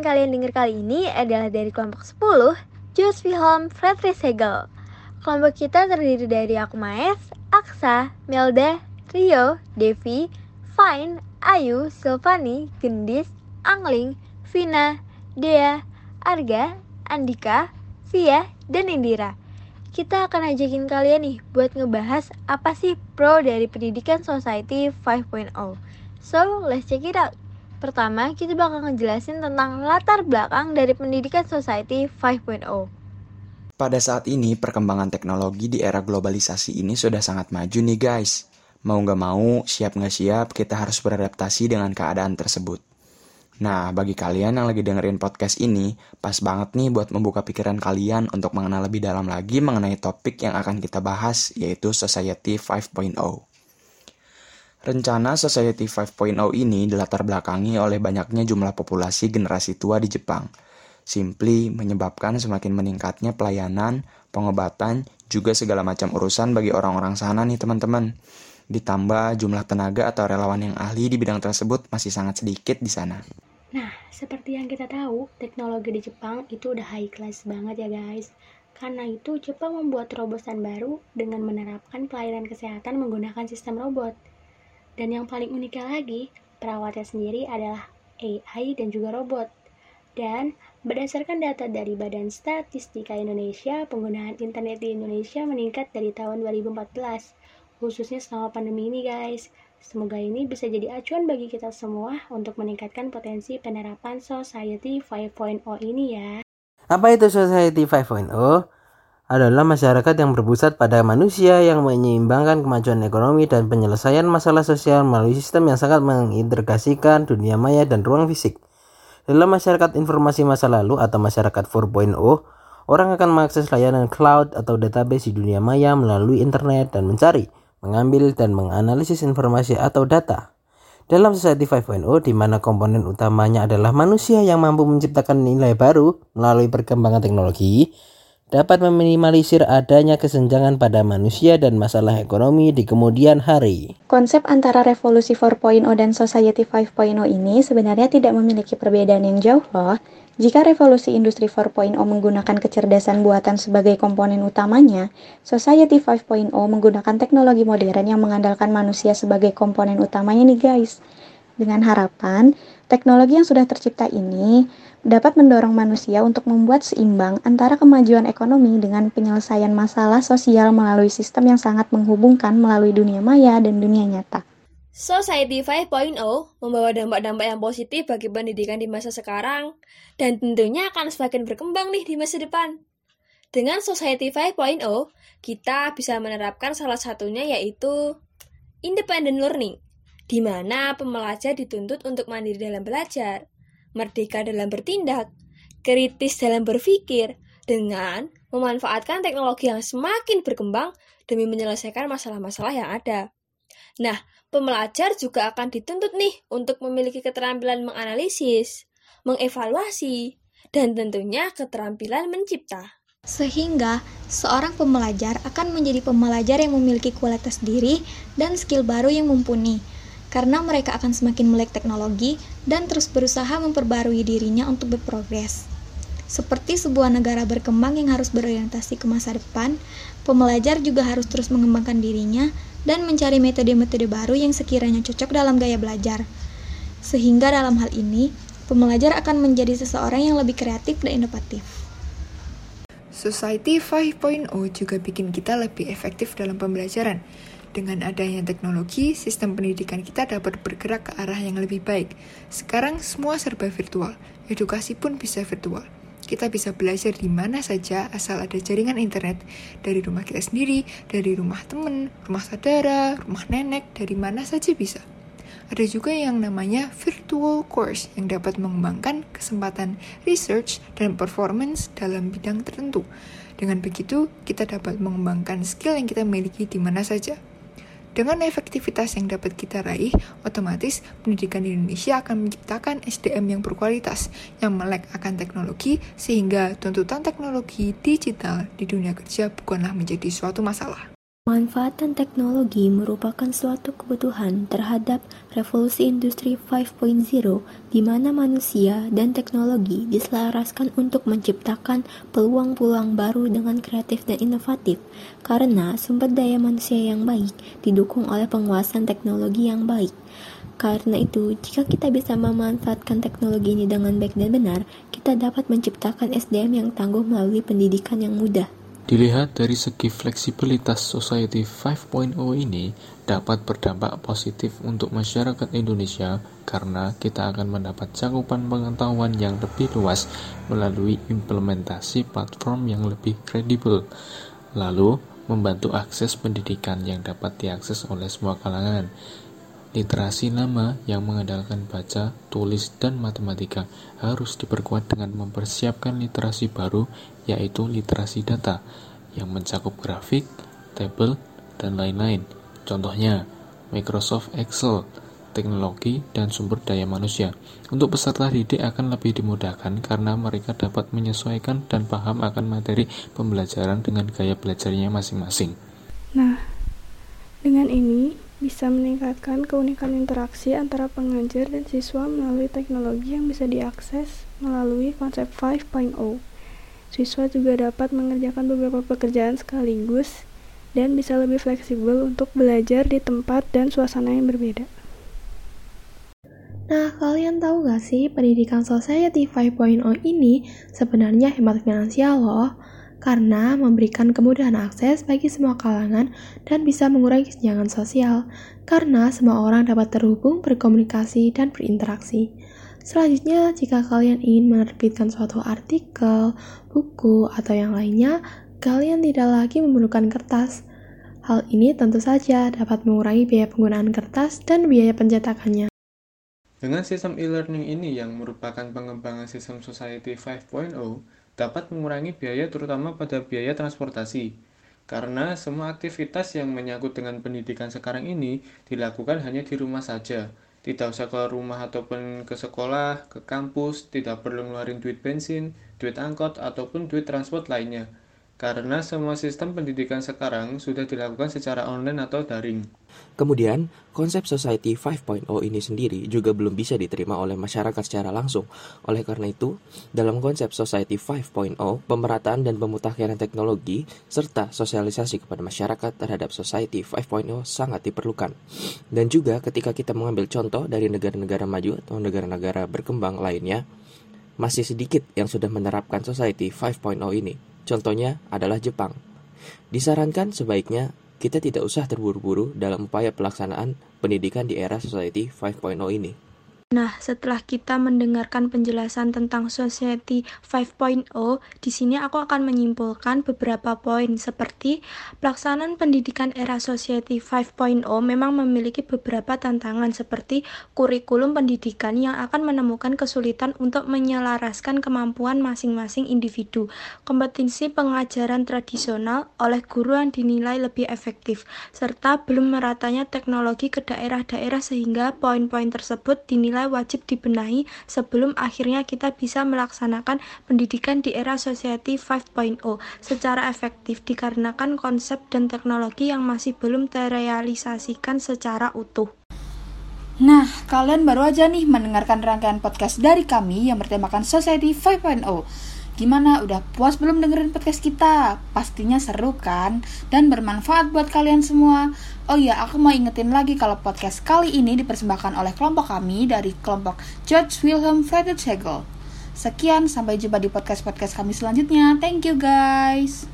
kalian dengar kali ini adalah dari kelompok 10, Jules Wilhelm Friedrich Hegel. Kelompok kita terdiri dari aku Maes, Aksa, Melda, Rio, Devi, Fine, Ayu, Silvani, Gendis, Angling, Vina, Dea, Arga, Andika, Via, dan Indira. Kita akan ajakin kalian nih buat ngebahas apa sih pro dari pendidikan society 5.0. So, let's check it out. Pertama, kita bakal ngejelasin tentang latar belakang dari pendidikan society 5.0. Pada saat ini, perkembangan teknologi di era globalisasi ini sudah sangat maju nih guys. Mau nggak mau, siap nggak siap, kita harus beradaptasi dengan keadaan tersebut. Nah, bagi kalian yang lagi dengerin podcast ini, pas banget nih buat membuka pikiran kalian untuk mengenal lebih dalam lagi mengenai topik yang akan kita bahas, yaitu Society 5.0. Rencana Society 5.0 ini dilatar belakangi oleh banyaknya jumlah populasi generasi tua di Jepang. Simply menyebabkan semakin meningkatnya pelayanan, pengobatan, juga segala macam urusan bagi orang-orang sana nih teman-teman. Ditambah jumlah tenaga atau relawan yang ahli di bidang tersebut masih sangat sedikit di sana. Nah, seperti yang kita tahu, teknologi di Jepang itu udah high class banget ya guys. Karena itu, Jepang membuat terobosan baru dengan menerapkan pelayanan kesehatan menggunakan sistem robot. Dan yang paling uniknya lagi, perawatnya sendiri adalah AI dan juga robot. Dan berdasarkan data dari Badan Statistika Indonesia, penggunaan internet di Indonesia meningkat dari tahun 2014. Khususnya selama pandemi ini guys. Semoga ini bisa jadi acuan bagi kita semua untuk meningkatkan potensi penerapan Society 5.0 ini ya. Apa itu Society 5.0? Adalah masyarakat yang berpusat pada manusia yang menyeimbangkan kemajuan ekonomi dan penyelesaian masalah sosial melalui sistem yang sangat mengintegrasikan dunia maya dan ruang fisik. Dalam masyarakat informasi masa lalu atau masyarakat 4.0, orang akan mengakses layanan cloud atau database di dunia maya melalui internet dan mencari, mengambil dan menganalisis informasi atau data. Dalam Society 5.0, di mana komponen utamanya adalah manusia yang mampu menciptakan nilai baru melalui perkembangan teknologi, dapat meminimalisir adanya kesenjangan pada manusia dan masalah ekonomi di kemudian hari. Konsep antara revolusi 4.0 dan Society 5.0 ini sebenarnya tidak memiliki perbedaan yang jauh loh. Jika revolusi industri 4.0 menggunakan kecerdasan buatan sebagai komponen utamanya, Society 5.0 menggunakan teknologi modern yang mengandalkan manusia sebagai komponen utamanya nih guys. Dengan harapan, teknologi yang sudah tercipta ini dapat mendorong manusia untuk membuat seimbang antara kemajuan ekonomi dengan penyelesaian masalah sosial melalui sistem yang sangat menghubungkan melalui dunia maya dan dunia nyata. Society 5.0 membawa dampak-dampak yang positif bagi pendidikan di masa sekarang dan tentunya akan semakin berkembang nih di masa depan. Dengan Society 5.0, kita bisa menerapkan salah satunya yaitu independent learning, di mana pembelajar dituntut untuk mandiri dalam belajar, merdeka dalam bertindak, kritis dalam berpikir, dengan memanfaatkan teknologi yang semakin berkembang demi menyelesaikan masalah-masalah yang ada. Nah, pembelajar juga akan dituntut nih untuk memiliki keterampilan menganalisis, mengevaluasi, dan tentunya keterampilan mencipta. Sehingga, seorang pembelajar akan menjadi pembelajar yang memiliki kualitas diri dan skill baru yang mumpuni, karena mereka akan semakin melek teknologi dan terus berusaha memperbarui dirinya untuk berprogres. Seperti sebuah negara berkembang yang harus berorientasi ke masa depan, pembelajar juga harus terus mengembangkan dirinya dan mencari metode-metode baru yang sekiranya cocok dalam gaya belajar. Sehingga dalam hal ini, pembelajar akan menjadi seseorang yang lebih kreatif dan inovatif. Society 5.0 juga bikin kita lebih efektif dalam pembelajaran. Dengan adanya teknologi, sistem pendidikan kita dapat bergerak ke arah yang lebih baik. Sekarang semua serba virtual, edukasi pun bisa virtual. Kita bisa belajar di mana saja asal ada jaringan internet, dari rumah kita sendiri, dari rumah teman, rumah saudara, rumah nenek, dari mana saja bisa. Ada juga yang namanya virtual course yang dapat mengembangkan kesempatan research dan performance dalam bidang tertentu. Dengan begitu, kita dapat mengembangkan skill yang kita miliki di mana saja. Dengan efektivitas yang dapat kita raih, otomatis pendidikan di Indonesia akan menciptakan SDM yang berkualitas, yang melek akan teknologi, sehingga tuntutan teknologi digital di dunia kerja bukanlah menjadi suatu masalah. Pemanfaatan teknologi merupakan suatu kebutuhan terhadap revolusi industri 5.0 di mana manusia dan teknologi diselaraskan untuk menciptakan peluang-peluang baru dengan kreatif dan inovatif karena sumber daya manusia yang baik didukung oleh penguasaan teknologi yang baik. Karena itu, jika kita bisa memanfaatkan teknologi ini dengan baik dan benar, kita dapat menciptakan SDM yang tangguh melalui pendidikan yang mudah. Dilihat dari segi fleksibilitas Society 5.0 ini dapat berdampak positif untuk masyarakat Indonesia karena kita akan mendapat cakupan pengetahuan yang lebih luas melalui implementasi platform yang lebih kredibel, lalu membantu akses pendidikan yang dapat diakses oleh semua kalangan. Literasi lama yang mengandalkan baca, tulis, dan matematika harus diperkuat dengan mempersiapkan literasi baru, yaitu literasi data, yang mencakup grafik, tabel, dan lain-lain. Contohnya, Microsoft Excel, teknologi, dan sumber daya manusia. Untuk peserta didik akan lebih dimudahkan karena mereka dapat menyesuaikan dan paham akan materi pembelajaran dengan gaya belajarnya masing-masing. Nah, dengan ini bisa meningkatkan keunikan interaksi antara pengajar dan siswa melalui teknologi yang bisa diakses melalui konsep 5.0. Siswa juga dapat mengerjakan beberapa pekerjaan sekaligus dan bisa lebih fleksibel untuk belajar di tempat dan suasana yang berbeda. Nah, kalian tahu gak sih pendidikan Society 5.0 ini sebenarnya hemat finansial loh, karena memberikan kemudahan akses bagi semua kalangan dan bisa mengurangi kesenjangan sosial, karena semua orang dapat terhubung, berkomunikasi, dan berinteraksi. Selanjutnya, jika kalian ingin menerbitkan suatu artikel, buku, atau yang lainnya, kalian tidak lagi memerlukan kertas. Hal ini tentu saja dapat mengurangi biaya penggunaan kertas dan biaya pencetakannya. Dengan sistem e-learning ini yang merupakan pengembangan sistem Society 5.0, dapat mengurangi biaya terutama pada biaya transportasi. Karena semua aktivitas yang menyangkut dengan pendidikan sekarang ini dilakukan hanya di rumah saja. Tidak usah keluar rumah ataupun ke sekolah, ke kampus, tidak perlu ngeluarin duit bensin, duit angkot, ataupun duit transport lainnya. Karena semua sistem pendidikan sekarang sudah dilakukan secara online atau daring. Kemudian, konsep Society 5.0 ini sendiri juga belum bisa diterima oleh masyarakat secara langsung. Oleh karena itu, dalam konsep Society 5.0, pemerataan dan pemutakhiran teknologi serta sosialisasi kepada masyarakat terhadap Society 5.0 sangat diperlukan. Dan juga ketika kita mengambil contoh dari negara-negara maju atau negara-negara berkembang lainnya, masih sedikit yang sudah menerapkan Society 5.0 ini. Contohnya adalah Jepang. Disarankan sebaiknya kita tidak usah terburu-buru dalam upaya pelaksanaan pendidikan di era Society 5.0 ini. Nah, setelah kita mendengarkan penjelasan tentang Society 5.0, di sini aku akan menyimpulkan beberapa poin seperti pelaksanaan pendidikan era Society 5.0 memang memiliki beberapa tantangan seperti kurikulum pendidikan yang akan menemukan kesulitan untuk menyelaraskan kemampuan masing-masing individu, kompetensi pengajaran tradisional oleh guru yang dinilai lebih efektif, serta belum meratanya teknologi ke daerah-daerah sehingga poin-poin tersebut dinilai wajib dibenahi sebelum akhirnya kita bisa melaksanakan pendidikan di era Society 5.0 secara efektif dikarenakan konsep dan teknologi yang masih belum terrealisasikan secara utuh. Nah, kalian baru aja nih mendengarkan rangkaian podcast dari kami yang bertemakan Society 5.0. Gimana, udah puas belum dengerin podcast kita? Pastinya seru kan? Dan bermanfaat buat kalian semua. Oh iya, aku mau ingetin lagi kalau podcast kali ini dipersembahkan oleh kelompok kami dari kelompok George Wilhelm Friedrich Hegel. Sekian, sampai jumpa di podcast-podcast kami selanjutnya. Thank you guys.